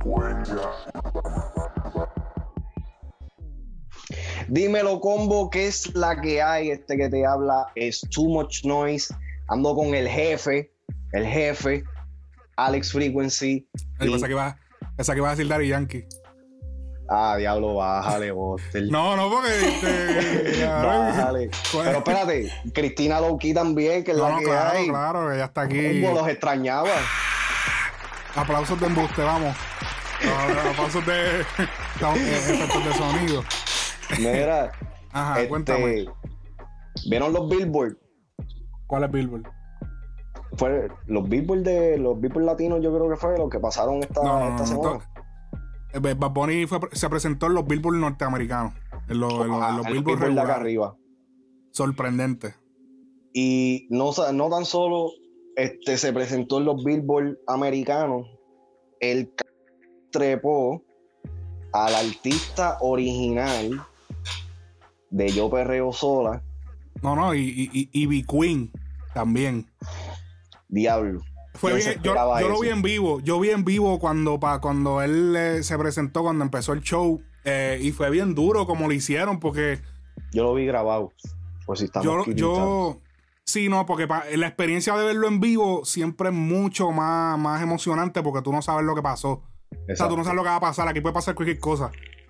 Dímelo, combo, ¿qué es la que hay? Este que te habla es Too Much Noise. Ando con el jefe, Alex Frequency. Esa que va a decir Daddy Yankee. Ah, diablo, bájale, Buster. No, porque... Bájale. Pero espérate, Cristina Lowkey también, que es la que hay. Claro, ella está aquí. Combo, los extrañaba. Aplausos de embuste, vamos. Aplausos de efectos de sonido. Mira, ajá, cuéntame. ¿Vieron los Billboard? ¿Cuál es Billboard? Fue los Billboard latinos, yo creo que fue los que pasaron esta semana. Bad Bunny se presentó en los Billboard norteamericanos. En los Billboard de acá arriba. Sorprendente. Y no tan solo se presentó en los Billboard americanos, él trepó al artista original de Yo Perreo Sola. No, y B Queen también. Diablo. Fue bien, yo lo vi en vivo. Yo vi en vivo cuando él se presentó, cuando empezó el show. Y fue bien duro como lo hicieron, porque yo lo vi grabado. Pues si estamos sí, no, porque la experiencia de verlo en vivo siempre es mucho más emocionante, porque tú no sabes lo que pasó. Exacto. O sea, tú no sabes lo que va a pasar. Aquí puede pasar cualquier cosa.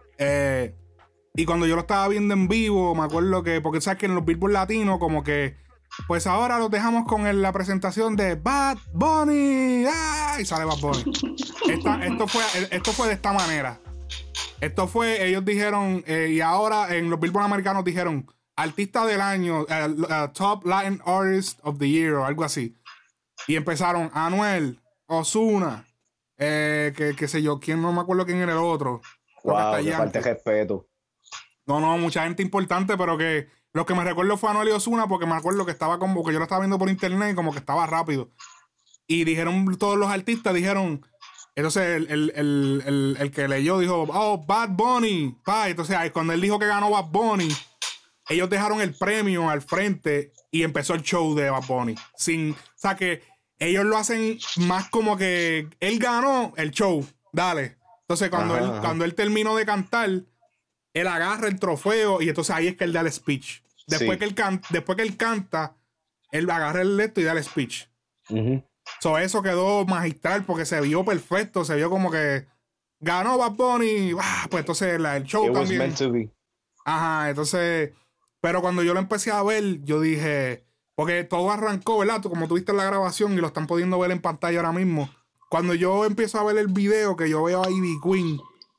Y cuando yo lo estaba viendo en vivo, me acuerdo que, porque sabes que en los Billboard latinos, como que, pues ahora los dejamos con la presentación de Bad Bunny. ¡Ah! Y sale Bad Bunny. Esto fue de esta manera. Ellos dijeron, y ahora en los Billboard americanos dijeron, artista del año, Top Latin Artist of the Year, o algo así. Y empezaron, Anuel, Ozuna, qué sé yo, no me acuerdo quién era el otro. Wow, que falta de respeto. No, mucha gente importante, pero que lo que me recuerdo fue Anuel y Ozuna, porque me acuerdo que estaba como que yo lo estaba viendo por internet y como que estaba rápido. Y dijeron todos los artistas, dijeron, entonces el que leyó dijo, oh, Bad Bunny. Entonces cuando él dijo que ganó Bad Bunny, ellos dejaron el premio al frente y empezó el show de Bad Bunny. O sea que ellos lo hacen más como que él ganó el show, dale. Entonces cuando él terminó de cantar, él agarra el trofeo y entonces ahí es que él da el speech. Después que él canta, él agarra el esto y da el speech. Uh-huh. So, eso quedó magistral porque se vio perfecto, se vio como que ganó Bad Bunny. Pues entonces el show It también. Was meant to be. Ajá, entonces, pero cuando yo lo empecé a ver, yo dije, porque todo arrancó, ¿verdad? Como tú viste en la grabación y lo están pudiendo ver en pantalla ahora mismo. Cuando yo empiezo a ver el video, que yo veo a Ivy Queen,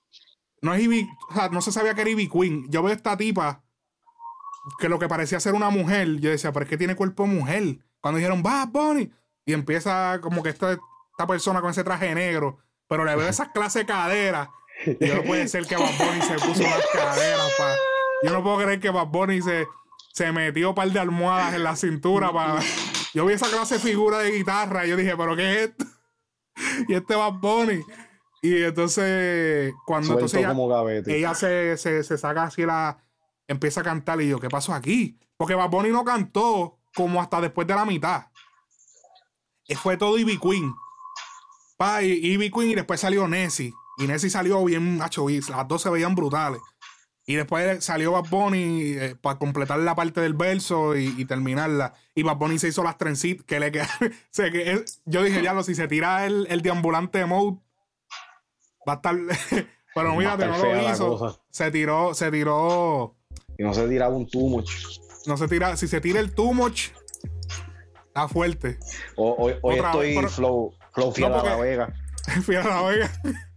no se sabía que era Ivy Queen. Yo veo a esta tipa que lo que parecía ser una mujer, yo decía, pero es que tiene cuerpo de mujer. Cuando dijeron Bad Bunny, y empieza como que esta persona con ese traje negro, pero le veo esas clases de caderas. Y no puede ser que Bad Bunny se puso unas caderas, yo no puedo creer que Bad Bunny se metió un par de almohadas en la cintura para. Yo vi esa clase de figura de guitarra y yo dije, ¿pero qué es esto? Y Bad Bunny. Y entonces, cuando ella se saca así empieza a cantar y yo, ¿qué pasó aquí? Porque Bad Bunny no cantó como hasta después de la mitad. Fue todo Ivy Queen. Ivy Queen y después salió Nessie. Y Nessie salió bien macho. Y las dos se veían brutales. Y después salió Bad Bunny para completar la parte del verso y terminarla. Y Bad Bunny se hizo las trencitas que le quedaron. Yo dije, si se tira el deambulante de mode, va a estar. Pero mírate, no lo hizo. Se tiró. Y no se tiraba un too much. No se tira. Si se tira el too much, está fuerte. Hoy estoy flow fiel a La Vega. Fiel a La Vega.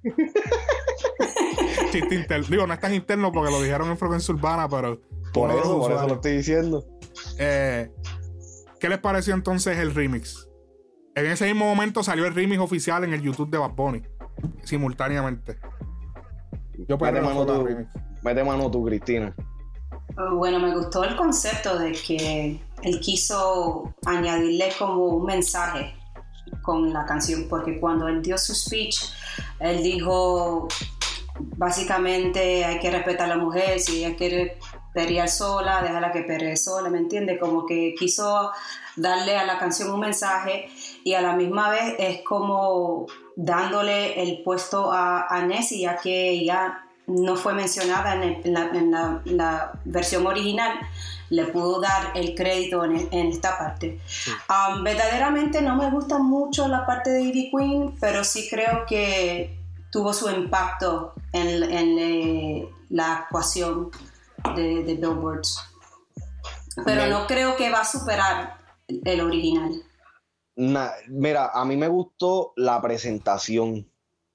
Chiste interno. Digo, no es tan interno porque lo dijeron en Frecuencia Urbana, pero. Por eso lo estoy diciendo. ¿Qué les pareció entonces el remix? En ese mismo momento salió el remix oficial en el YouTube de Bad Bunny. Simultáneamente. Mete mano tú, Cristina. Bueno, me gustó el concepto de que él quiso añadirle como un mensaje con la canción, porque cuando él dio su speech, él dijo básicamente hay que respetar a la mujer, si ella quiere perrear sola, déjala que perree sola, ¿me entiendes? Como que quiso darle a la canción un mensaje y a la misma vez es como dándole el puesto a Nessie, ya que ella no fue mencionada en la versión original, le pudo dar el crédito en esta parte. Sí. Verdaderamente no me gusta mucho la parte de Ivy Queen, pero sí creo que tuvo su impacto en la actuación de Billboards. Pero no creo que va a superar el original. Mira, a mí me gustó la presentación.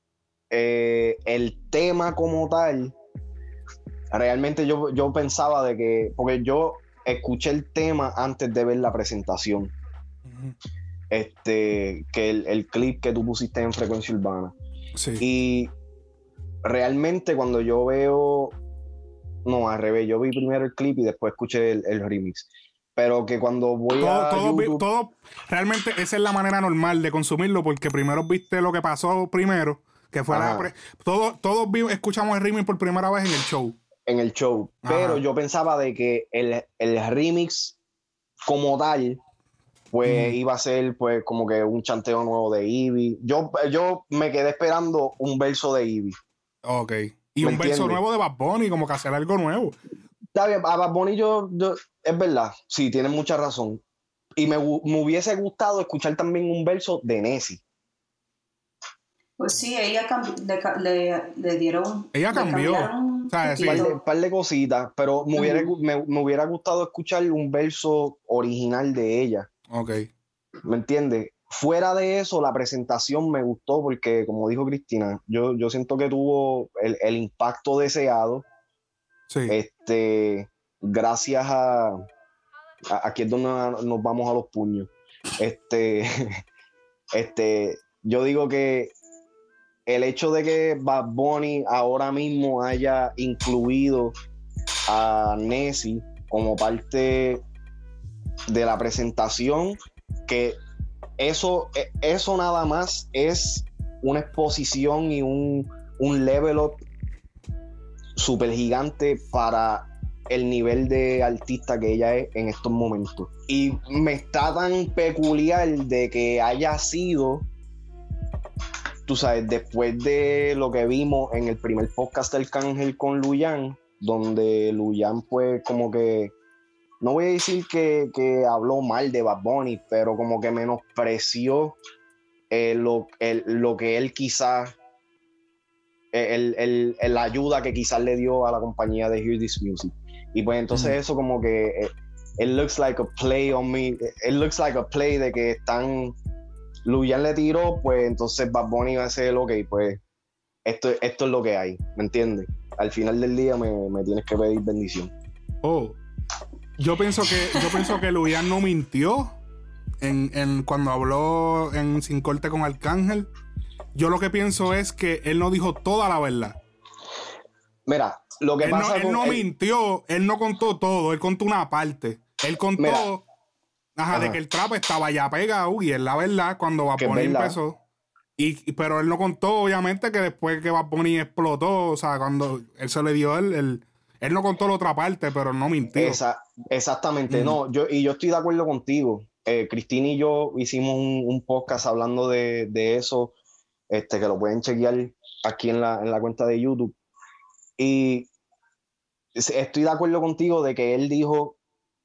El tema como tal, realmente yo pensaba de que, porque yo escuché el tema antes de ver la presentación. Uh-huh. Que el clip que tú pusiste en Frecuencia Urbana. Sí. Y realmente cuando yo veo, no, al revés, yo vi primero el clip y después escuché el remix. Pero que cuando voy a YouTube... todo, realmente esa es la manera normal de consumirlo, porque primero viste lo que pasó primero, que fue todos escuchamos el remix por primera vez en el show. En el show. Ajá. Pero yo pensaba de que el remix como tal, pues iba a ser pues como que un chanteo nuevo de Ivy. Yo me quedé esperando un verso de Ivy. Ok. Y un verso nuevo de Bad Bunny, como que hacer algo nuevo. Está bien, a Bad Bunny yo es verdad, sí, tienes mucha razón. Y me hubiese gustado escuchar también un verso de Nessie. Pues sí, ella le dieron... Ella cambió. Un par de cositas, pero me hubiera gustado escuchar un verso original de ella. Ok. ¿Me entiendes? Fuera de eso, la presentación me gustó porque, como dijo Cristina, yo siento que tuvo el impacto deseado. Sí. Gracias a aquí es donde nos vamos a los puños. Yo digo que el hecho de que Bad Bunny ahora mismo haya incluido a Nessie como parte de la presentación, que eso nada más es una exposición y un level up súper gigante para el nivel de artista que ella es en estos momentos. Y me está tan peculiar de que haya sido, tú sabes, después de lo que vimos en el primer podcast del Arcángel con Luyan, donde Luyan pues como que, no voy a decir que habló mal de Bad Bunny, pero como que menospreció lo que él quizás la ayuda que quizás le dio a la compañía de Hear This Music. Y pues entonces eso como que it looks like a play on me, it looks like a play de que Luyan le tiró, pues entonces Bad Bunny va a ser ok, pues esto es lo que hay, ¿me entiendes? Al final del día me tienes que pedir bendición. Yo pienso que Luyan no mintió en cuando habló en Sin Corte con Arcángel. Yo lo que pienso es que él no dijo toda la verdad. Mira, lo que pasa él no mintió, él no contó todo, él contó una parte. Él contó de que el trap estaba ya pegado, y es la verdad, cuando Bad Bunny empezó. Pero él no contó, obviamente, que después que Bad Bunny explotó, o sea, cuando él se le dio él no contó la otra parte, pero no mintió. Exactamente, no, yo estoy de acuerdo contigo. Cristina y yo hicimos un podcast hablando de eso, que lo pueden chequear aquí en la cuenta de YouTube. Y estoy de acuerdo contigo de que él dijo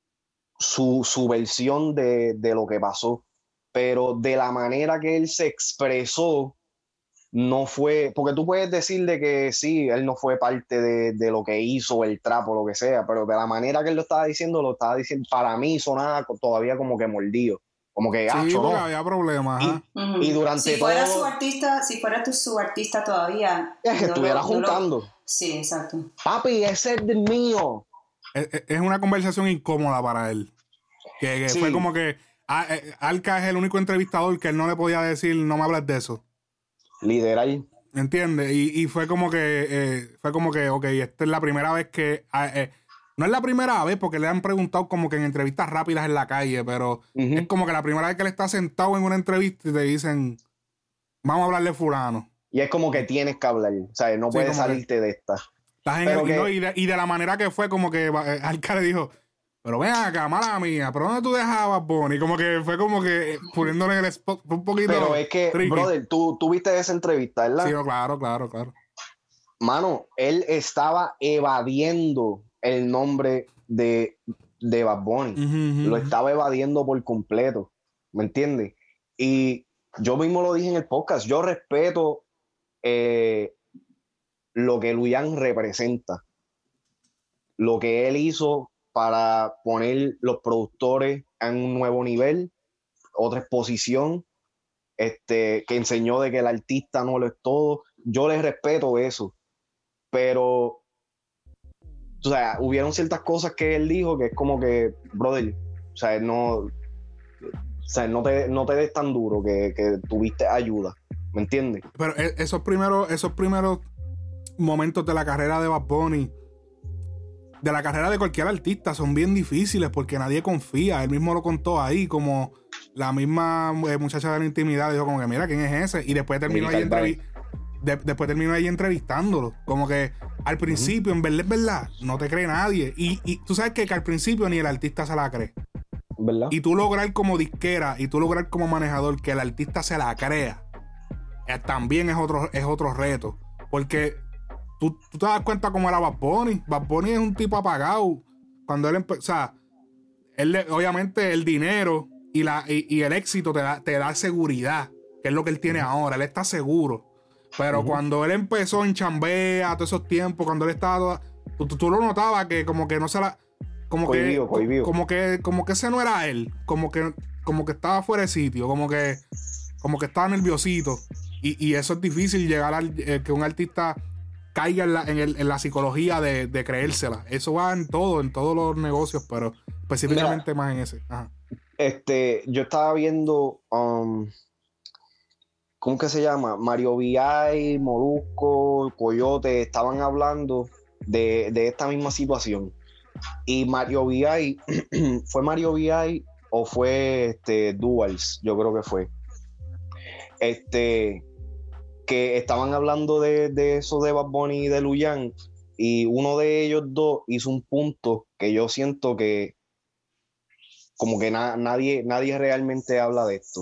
su versión de lo que pasó, pero de la manera que él se expresó no fue, porque tú puedes decir de que sí, él no fue parte de lo que hizo el trap o lo que sea, pero de la manera que él lo estaba diciendo, para mí sonaba todavía como que mordido. Como que sí, porque no había problemas. Y durante si fuera todo, si fuera su artista todavía, es que estuviera juntando. Sí, exacto. Papi, ese es el mío. Es una conversación incómoda para él. Que sí. Fue como que Alca es el único entrevistador que él no le podía decir, no me hables de eso. Literal. ¿Entiendes? Y fue como que, ok, esta es la primera vez que... no es la primera vez, porque le han preguntado como que en entrevistas rápidas en la calle, pero es como que la primera vez que él está sentado en una entrevista y te dicen, vamos a hablarle fulano. Y es como que tienes que hablar, ¿sabes? No puedes salirte de esta. Y de la manera que fue, como que Arca le dijo, pero ven acá, mala mía, ¿pero dónde tú dejabas Bonnie? Como que fue como que poniéndole en el spot un poquito. Pero es que, tricky. Brother, tú viste esa entrevista, ¿verdad? Sí, claro. Mano, él estaba evadiendo el nombre de Bad Bunny. Lo estaba evadiendo por completo. ¿Me entiendes? Y yo mismo lo dije en el podcast. Yo respeto lo que Luyan representa. Lo que él hizo para poner los productores en un nuevo nivel, otra exposición, que enseñó de que el artista no lo es todo. Yo les respeto eso, pero o sea, hubieron ciertas cosas que él dijo que es como que, brother, o sea, no te des tan duro que tuviste ayuda, ¿me entiendes? Pero esos primeros momentos de la carrera de Bad Bunny, de la carrera de cualquier artista, son bien difíciles porque nadie confía. Él mismo lo contó ahí, como la misma muchacha de la intimidad dijo como que mira, ¿quién es ese? Y después terminó ahí entrevistándolo. Como que al principio, en verdad, no te cree nadie. Y tú sabes que al principio ni el artista se la cree. ¿Verdad? Y tú lograr como disquera y tú lograr como manejador que el artista se la crea, también es otro reto. Porque tú te das cuenta cómo era Bad Bunny. Bad Bunny es un tipo apagado. Cuando él empezó, o sea, obviamente el dinero y el éxito te da seguridad, que es lo que él tiene ahora. Él está seguro. Pero cuando él empezó en chambea, todos esos tiempos, cuando él estaba, tú lo notabas que como que no se la... Como que ese no era él. Como que estaba fuera de sitio. Como que estaba nerviosito. Y eso es difícil llegar a que un artista caiga en la psicología de creérsela. Eso va en todos los negocios, pero específicamente más en ese. Ajá. Yo estaba viendo, ¿cómo que se llama? Mario VI, Molusco, Coyote, estaban hablando de esta misma situación. Y Mario VI, ¿fue Mario VI o fue Duals? Yo creo que fue. Que estaban hablando de eso de Bad Bunny y de Luyan, y uno de ellos dos hizo un punto que yo siento que como que nadie realmente habla de esto.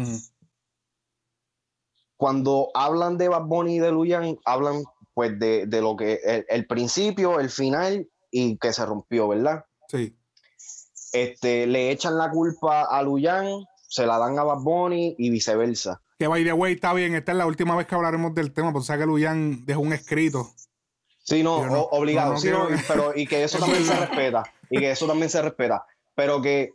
Cuando hablan de Bad Bunny y de Luyan, hablan pues de lo que el principio, el final y que se rompió, ¿verdad? Sí. Le echan la culpa a Luyan, se la dan a Bad Bunny y viceversa. Que by the way, está bien, esta es la última vez que hablaremos del tema, porque sabes que Luyan dejó un escrito. Sí, obligado, sí, pero y que eso también se respeta, pero que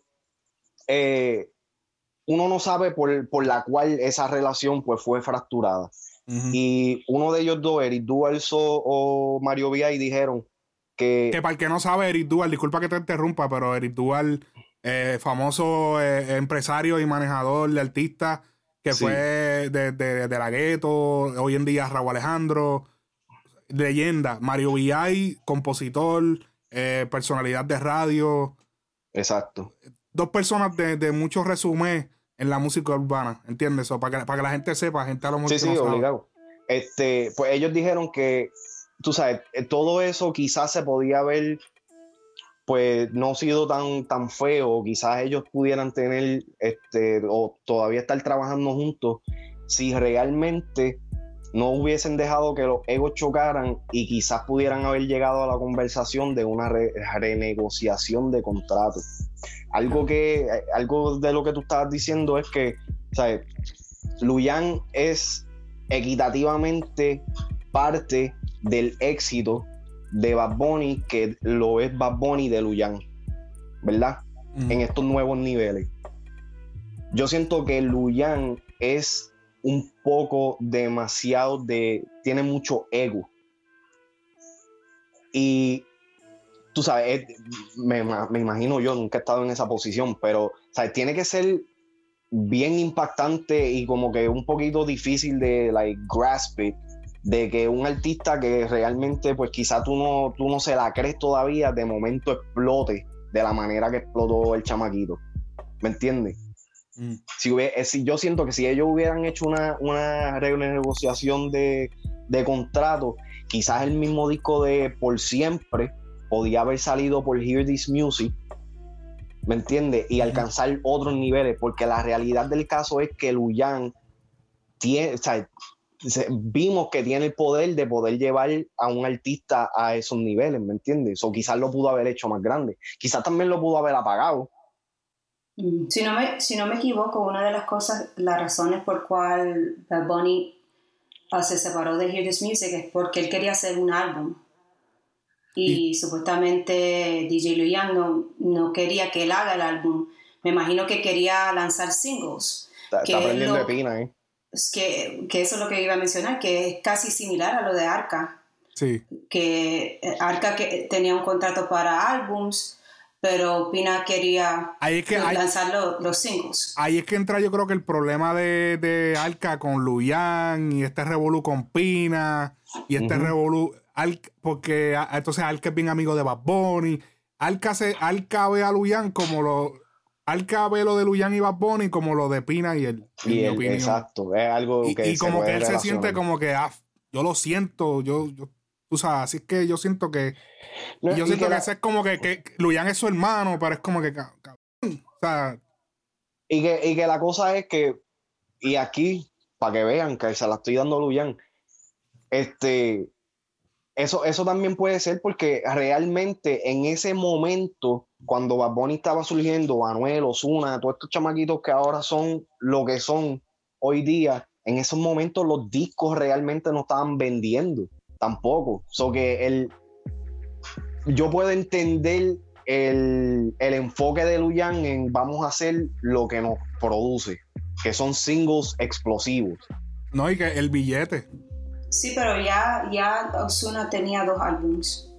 uno no sabe por la cual esa relación pues fue fracturada. Y uno de ellos dos, Eric Duval o Mario VI, dijeron que para el que no sabe, Eric Duval, disculpa que te interrumpa, pero Eric Duval, famoso empresario y manejador de artistas, que sí, fue de la Gueto, hoy en día Raúl Alejandro, leyenda. Mario VI, compositor, personalidad de radio. Exacto. Dos personas de mucho resumen en la música urbana, ¿entiendes? So, para que la gente sepa, gente a lo mejor. Sí, obligado. Pues ellos dijeron que, tú sabes, todo eso quizás se podía haber pues no sido tan feo, quizás ellos pudieran tener o todavía estar trabajando juntos si realmente no hubiesen dejado que los egos chocaran y quizás pudieran haber llegado a la conversación de una renegociación de contratos. Algo de lo que tú estabas diciendo es que, ¿sabes? Luyan es equitativamente parte del éxito de Bad Bunny, que lo es Bad Bunny de Luyan, ¿verdad? En estos nuevos niveles. Yo siento que Luyan es un poco demasiado tiene mucho ego. Y tú sabes, me imagino, yo nunca he estado en esa posición, pero ¿sabes? Tiene que ser bien impactante y como que un poquito difícil de grasp it, de que un artista que realmente pues quizá tú no se la crees todavía, de momento explote de la manera que explotó el chamaquito, ¿me entiendes? Si yo siento que si ellos hubieran hecho una renegociación de contrato Quizás el mismo disco de Por Siempre podía haber salido por Hear This Music, ¿me entiendes? Y alcanzar otros niveles, porque la realidad del caso es que Luyan tiene, o sea, vimos que tiene el poder de poder llevar a un artista a esos niveles, ¿me entiendes? O quizás lo pudo haber hecho más grande, quizás también lo pudo haber apagado. Si no me equivoco, una de las razones por cual Bad Bunny se separó de Hear This Music es porque él quería hacer un álbum y supuestamente DJ Luyan no quería que él haga el álbum. Me imagino que quería lanzar singles. Está aprendiendo de pina, que eso es lo que iba a mencionar, que es casi similar a lo de Arca. Sí. Que Arca que tenía un contrato para álbums, pero Pina quería lanzar los singles. Ahí es que entra, yo creo que el problema de Arca con Luyan y este revolú con Pina y este revolú, porque entonces Arca es bien amigo de Bad Bunny. Arca ve a Luyan como Arca ve lo de Luyan y Bad Bunny como lo de Pina y él. En mi opinión. Exacto, es algo que y como que él se siente como que yo lo siento, yo tú sabes, así es que yo siento que yo siento que ese es como que Luyan es su hermano, pero es como que o sea, y que la cosa es que, y aquí para que vean que se la estoy dando a Luyan, eso también puede ser porque realmente en ese momento, cuando Bad Bunny estaba surgiendo, Anuel, Ozuna, todos estos chamaquitos que ahora son lo que son hoy día, en esos momentos los discos realmente no estaban vendiendo tampoco. Yo puedo entender el enfoque de Luyan en vamos a hacer lo que nos produce, que son singles explosivos. No, y que el billete. Sí, pero ya Ozuna tenía 2 álbumes.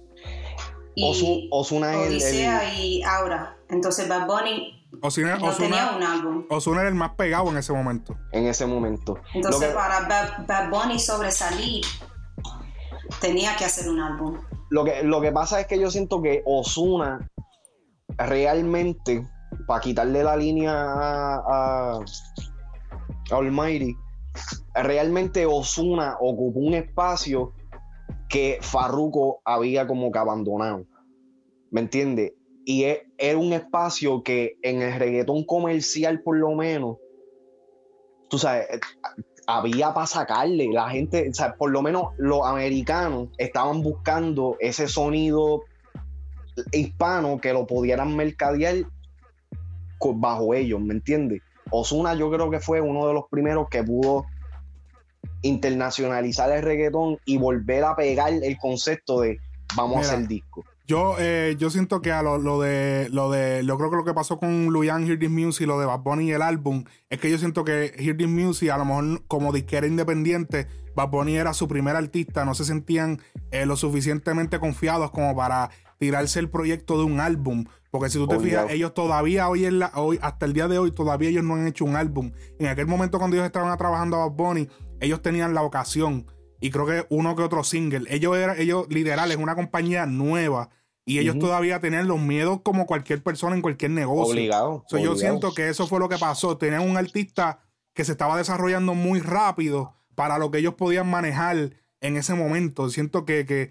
Ozuna es Odisea y Aura. Entonces Bad Bunny Ozuna tenía un álbum. Ozuna era el más pegado en ese momento. Entonces para Bad Bunny sobresalir tenía que hacer un álbum. Lo que pasa es que yo siento que Ozuna realmente, para quitarle la línea a Almighty, realmente Ozuna ocupó un espacio que Farruko había como que abandonado, ¿me entiendes? Y era un espacio que en el reggaetón comercial por lo menos, tú sabes, había para sacarle. La gente, o sea, por lo menos los americanos estaban buscando ese sonido hispano que lo pudieran mercadear bajo ellos, ¿me entiendes? Ozuna yo creo que fue uno de los primeros que pudo internacionalizar el reggaetón y volver a pegar el concepto de vamos a hacer disco. Yo siento que a yo creo que lo que pasó con Luyan, Hear This Music, lo de Bad Bunny y el álbum, es que yo siento que Hear This Music, a lo mejor como disquera independiente, Bad Bunny era su primer artista, no se sentían lo suficientemente confiados como para tirarse el proyecto de un álbum, porque si tú te fijas, ellos todavía hoy hasta el día de hoy, todavía ellos no han hecho un álbum. En aquel momento cuando ellos estaban trabajando a Bad Bunny, ellos tenían La Ocasión y creo que uno que otro single. Ellos literal, es una compañía nueva y ellos todavía tenían los miedos como cualquier persona en cualquier negocio. Obligado. Yo siento que eso fue lo que pasó. Tenían un artista que se estaba desarrollando muy rápido para lo que ellos podían manejar en ese momento. Siento que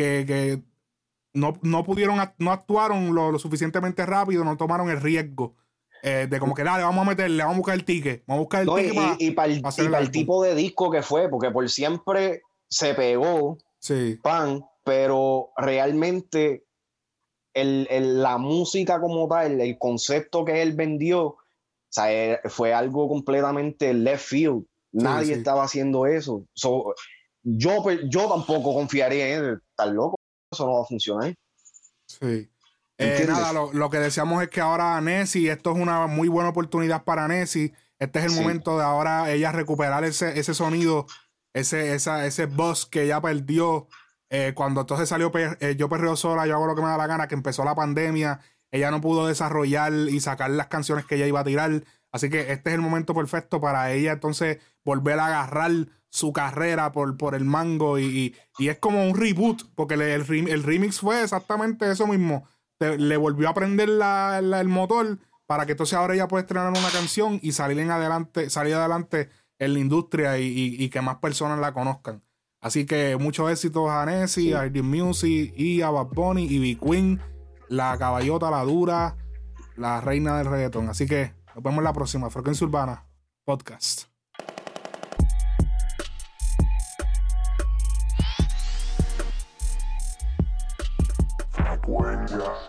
no pudieron, no actuaron lo suficientemente rápido, no tomaron el riesgo. De como que dale, vamos a meterle, vamos a buscar el ticket. Vamos a buscar el ticket para el tipo de disco que fue, porque Por Siempre se pegó, pero realmente la música como tal, el concepto que él vendió, o sea, fue algo completamente left field. Nadie estaba haciendo eso. Yo tampoco confiaría en él. Tan loco, eso no va a funcionar. Sí. Nada, lo que deseamos es que ahora Nessie, esto es una muy buena oportunidad para Nessie. Este es el momento de ahora ella recuperar ese sonido, ese buzz que ella perdió cuando entonces salió Yo Perreo Sola, Yo Hago Lo Que Me Da La Gana, que empezó la pandemia. Ella no pudo desarrollar y sacar las canciones que ella iba a tirar. Así que este es el momento perfecto para ella entonces volver a agarrar su carrera por el mango y es como un reboot, porque el remix fue exactamente eso mismo. Le volvió a prender el motor para que entonces ahora ella pueda estrenar una canción y salir adelante en la industria y que más personas la conozcan. Así que muchos éxitos a Nessie, a RD Music y a Bad Bunny y B Queen, la caballota, la dura, la reina del reggaetón. Así que nos vemos en la próxima. Frecuencia Urbana Podcast. Frecuencia